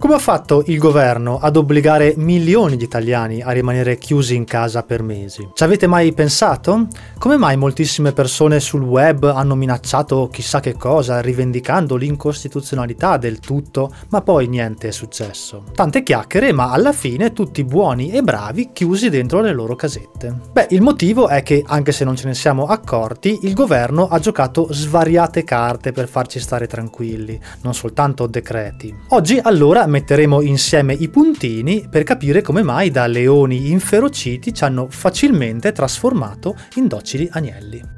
Come ha fatto il governo ad obbligare milioni di italiani a rimanere chiusi in casa per mesi? Ci avete mai pensato? Come mai moltissime persone sul web hanno minacciato chissà che cosa, rivendicando l'incostituzionalità del tutto, ma poi niente è successo? Tante chiacchiere, ma alla fine tutti buoni e bravi chiusi dentro le loro casette. Beh, il motivo è che, anche se non ce ne siamo accorti, il governo ha giocato svariate carte per farci stare tranquilli, non soltanto decreti. Oggi allora metteremo insieme i puntini per capire come mai da leoni inferociti ci hanno facilmente trasformato in docili agnelli.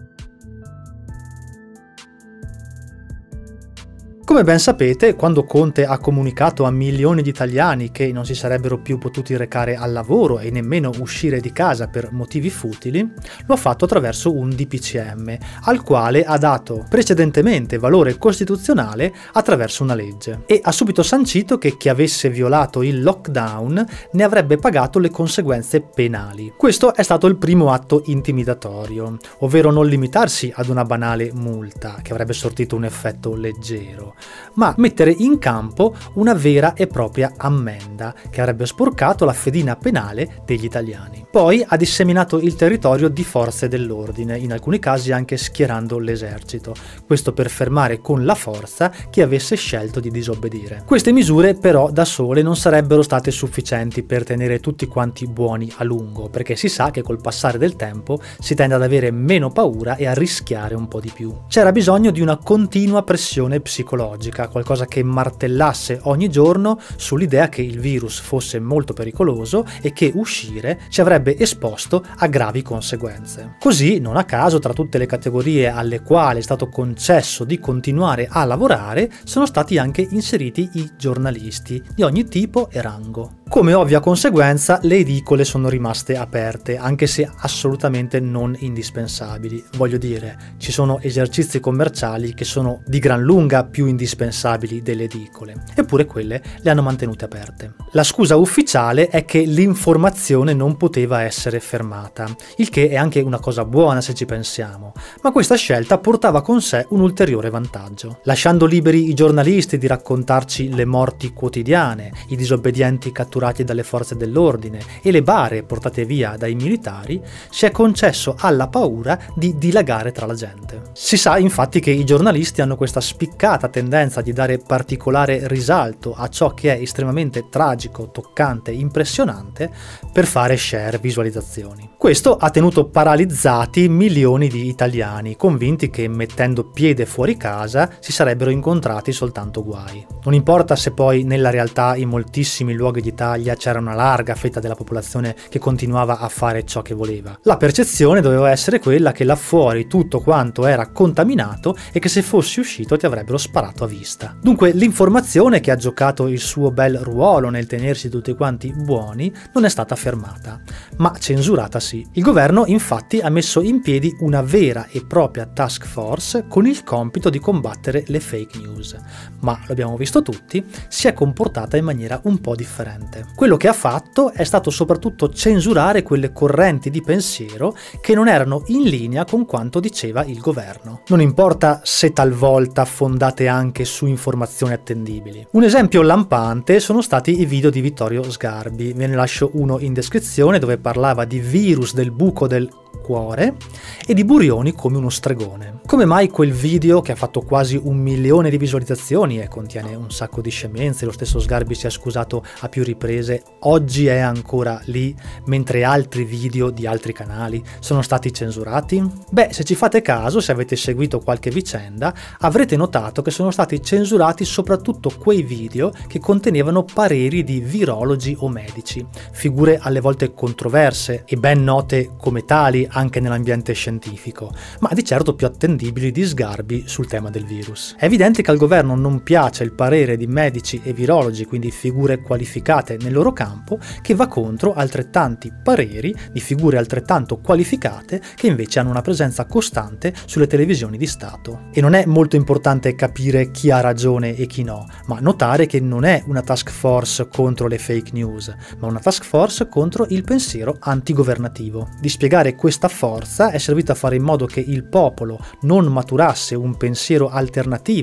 Come ben sapete, quando Conte ha comunicato a milioni di italiani che non si sarebbero più potuti recare al lavoro e nemmeno uscire di casa per motivi futili, lo ha fatto attraverso un DPCM, al quale ha dato precedentemente valore costituzionale attraverso una legge, e ha subito sancito che chi avesse violato il lockdown ne avrebbe pagato le conseguenze penali. Questo è stato il primo atto intimidatorio, ovvero non limitarsi ad una banale multa, che avrebbe sortito un effetto leggero, ma mettere in campo una vera e propria ammenda che avrebbe sporcato la fedina penale degli italiani. Poi ha disseminato il territorio di forze dell'ordine, in alcuni casi anche schierando l'esercito, questo per fermare con la forza chi avesse scelto di disobbedire. Queste misure però da sole non sarebbero state sufficienti per tenere tutti quanti buoni a lungo, perché si sa che col passare del tempo si tende ad avere meno paura e a rischiare un po' di più. C'era bisogno di una continua pressione psicologica, qualcosa che martellasse ogni giorno sull'idea che il virus fosse molto pericoloso e che uscire ci avrebbe esposto a gravi conseguenze. Così, non a caso, tra tutte le categorie alle quali è stato concesso di continuare a lavorare, sono stati anche inseriti i giornalisti di ogni tipo e rango. Come ovvia conseguenza, le edicole sono rimaste aperte, anche se assolutamente non indispensabili. Voglio dire, ci sono esercizi commerciali che sono di gran lunga più indispensabili delle edicole, eppure quelle le hanno mantenute aperte. La scusa ufficiale è che l'informazione non poteva essere fermata, il che è anche una cosa buona se ci pensiamo, ma questa scelta portava con sé un ulteriore vantaggio. Lasciando liberi i giornalisti di raccontarci le morti quotidiane, i disobbedienti catturati dalle forze dell'ordine e le bare portate via dai militari, si è concesso alla paura di dilagare tra la gente. Si sa infatti che i giornalisti hanno questa spiccata tendenza di dare particolare risalto a ciò che è estremamente tragico, toccante, impressionante per fare share, visualizzazioni. Questo ha tenuto paralizzati milioni di italiani, convinti che mettendo piede fuori casa si sarebbero incontrati soltanto guai. Non importa se poi nella realtà in moltissimi luoghi d'Italia c'era una larga fetta della popolazione che continuava a fare ciò che voleva. La percezione doveva essere quella che là fuori tutto quanto era contaminato e che se fossi uscito ti avrebbero sparato a vista. Dunque l'informazione, che ha giocato il suo bel ruolo nel tenersi tutti quanti buoni, non è stata fermata, ma censurata sì. Il governo infatti ha messo in piedi una vera e propria task force con il compito di combattere le fake news, ma lo abbiamo visto tutti, si è comportata in maniera un po' differente. Quello che ha fatto è stato soprattutto censurare quelle correnti di pensiero che non erano in linea con quanto diceva il governo. Non importa se talvolta fondate anche su informazioni attendibili. Un esempio lampante sono stati i video di Vittorio Sgarbi, ve ne lascio uno in descrizione, dove parlava di virus del buco del cuore e di Burioni come uno stregone. Come mai quel video, che ha fatto quasi 1 milione di visualizzazioni e contiene un sacco di scemenze, lo stesso Sgarbi si è scusato a più riprese, oggi è ancora lì, mentre altri video di altri canali sono stati censurati? Beh, se ci fate caso, se avete seguito qualche vicenda, avrete notato che sono stati censurati soprattutto quei video che contenevano pareri di virologi o medici, figure alle volte controverse e ben note come tali anche nell'ambiente scientifico, ma di certo più attendibili di Sgarbi sul tema del virus. È evidente che al governo non piace il parere di medici e virologi, quindi figure qualificate nel loro campo, che va contro altrettanti pareri di figure altrettanto qualificate che invece hanno una presenza costante sulle televisioni di Stato. E non è molto importante capire chi ha ragione e chi no, ma notare che non è una task force contro le fake news, ma una task force contro il pensiero antigovernativo. Di spiegare questa forza è servito a fare in modo che il popolo non maturasse un pensiero alternativo,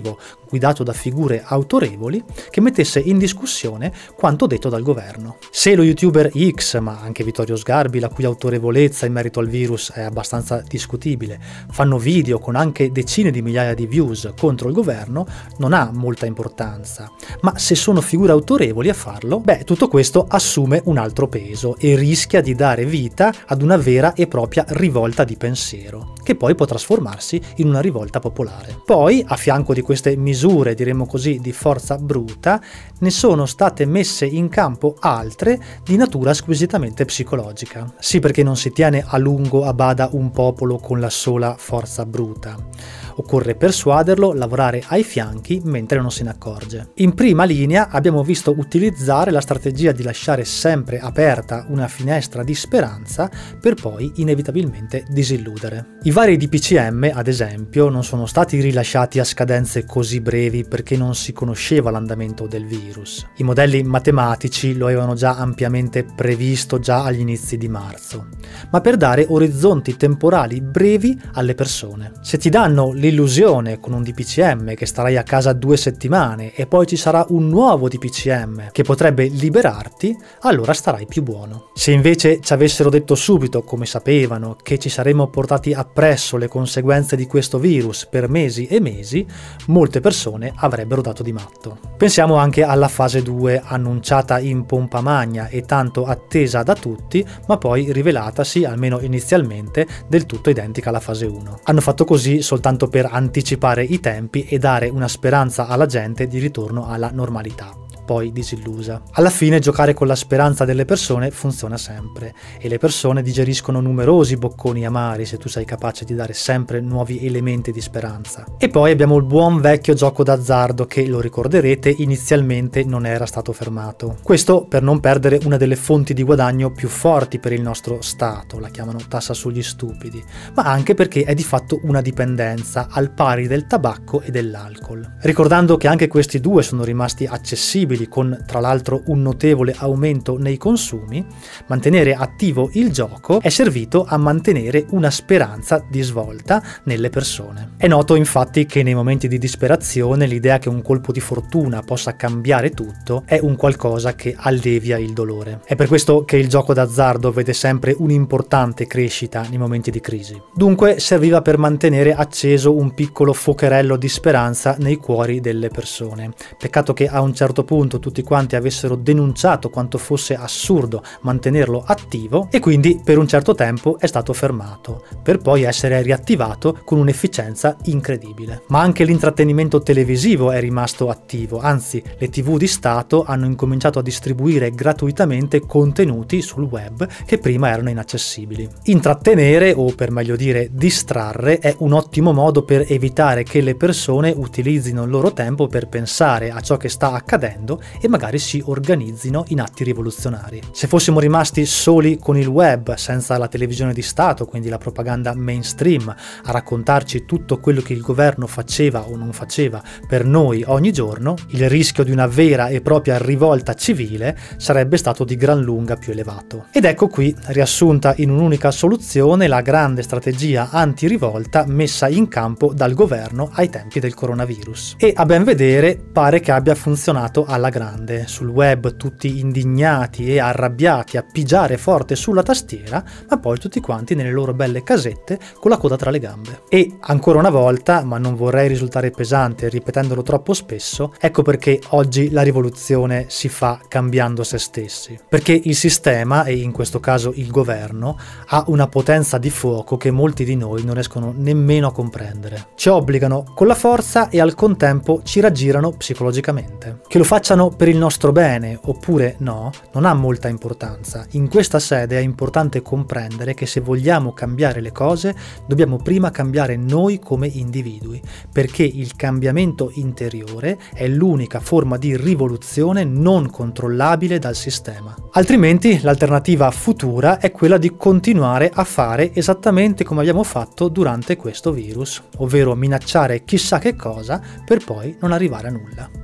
guidato da figure autorevoli, che mettesse in discussione quanto detto dal governo. Se lo youtuber X, ma anche Vittorio Sgarbi, la cui autorevolezza in merito al virus è abbastanza discutibile, fanno video con anche decine di migliaia di views contro il governo, non ha molta importanza. Ma se sono figure autorevoli a farlo, tutto questo assume un altro peso e rischia di dare vita ad una vera e propria rivolta di pensiero, che poi può trasformarsi in una rivolta popolare. Poi, a fianco di queste misure, diremmo così, di forza bruta, ne sono state messe in campo altre di natura squisitamente psicologica. Sì, perché non si tiene a lungo a bada un popolo con la sola forza bruta. Occorre persuaderlo, lavorare ai fianchi mentre non se ne accorge. In prima linea abbiamo visto utilizzare la strategia di lasciare sempre aperta una finestra di speranza per poi inevitabilmente disilludere. I vari DPCM, ad esempio, non sono stati rilasciati a scadenze così brevi perché non si conosceva l'andamento del virus. I modelli matematici lo avevano già ampiamente previsto già agli inizi di marzo, ma per dare orizzonti temporali brevi alle persone. Se ti danno l'illusione con un DPCM che starai a casa 2 settimane e poi ci sarà un nuovo DPCM che potrebbe liberarti, allora starai più buono. Se invece ci avessero detto subito, come sapevano, che ci saremmo portati appresso le conseguenze di questo virus per mesi e mesi, molte persone avrebbero dato di matto. Pensiamo anche alla fase 2, annunciata in pompa magna e tanto attesa da tutti, ma poi rivelatasi, almeno inizialmente, del tutto identica alla fase 1. Hanno fatto così soltanto per anticipare i tempi e dare una speranza alla gente di ritorno alla normalità, poi disillusa. Alla fine giocare con la speranza delle persone funziona sempre e le persone digeriscono numerosi bocconi amari se tu sei capace di dare sempre nuovi elementi di speranza. E poi abbiamo il buon vecchio gioco d'azzardo che, lo ricorderete, inizialmente non era stato fermato. Questo per non perdere una delle fonti di guadagno più forti per il nostro Stato, la chiamano tassa sugli stupidi, ma anche perché è di fatto una dipendenza al pari del tabacco e dell'alcol. Ricordando che anche questi due sono rimasti accessibili con tra l'altro un notevole aumento nei consumi, mantenere attivo il gioco è servito a mantenere una speranza di svolta nelle persone. È noto infatti che nei momenti di disperazione l'idea che un colpo di fortuna possa cambiare tutto è un qualcosa che allevia il dolore. È per questo che il gioco d'azzardo vede sempre un'importante crescita nei momenti di crisi. Dunque serviva per mantenere acceso un piccolo focherello di speranza nei cuori delle persone. Peccato che a un certo punto tutti quanti avessero denunciato quanto fosse assurdo mantenerlo attivo e quindi per un certo tempo è stato fermato, per poi essere riattivato con un'efficienza incredibile. Ma anche l'intrattenimento televisivo è rimasto attivo, anzi le TV di Stato hanno incominciato a distribuire gratuitamente contenuti sul web che prima erano inaccessibili. Intrattenere, o per meglio dire distrarre, è un ottimo modo per evitare che le persone utilizzino il loro tempo per pensare a ciò che sta accadendo e magari si organizzino in atti rivoluzionari. Se fossimo rimasti soli con il web, senza la televisione di Stato, quindi la propaganda mainstream, a raccontarci tutto quello che il governo faceva o non faceva per noi ogni giorno, il rischio di una vera e propria rivolta civile sarebbe stato di gran lunga più elevato. Ed ecco qui, riassunta in un'unica soluzione, la grande strategia anti-rivolta messa in campo dal governo ai tempi del coronavirus. E a ben vedere pare che abbia funzionato alla grande. Sul web tutti indignati e arrabbiati a pigiare forte sulla tastiera, ma poi tutti quanti nelle loro belle casette con la coda tra le gambe. E ancora una volta, ma non vorrei risultare pesante ripetendolo troppo spesso, ecco perché oggi la rivoluzione si fa cambiando se stessi. Perché il sistema, e in questo caso il governo, ha una potenza di fuoco che molti di noi non riescono nemmeno a comprendere. Ci obbligano con la forza e al contempo ci raggirano psicologicamente. Che lo facciano per il nostro bene oppure no, non ha molta importanza. In questa sede è importante comprendere che se vogliamo cambiare le cose, dobbiamo prima cambiare noi come individui, perché il cambiamento interiore è l'unica forma di rivoluzione non controllabile dal sistema. Altrimenti l'alternativa futura è quella di continuare a fare esattamente come abbiamo fatto durante questo virus, ovvero minacciare chissà che cosa per poi non arrivare a nulla.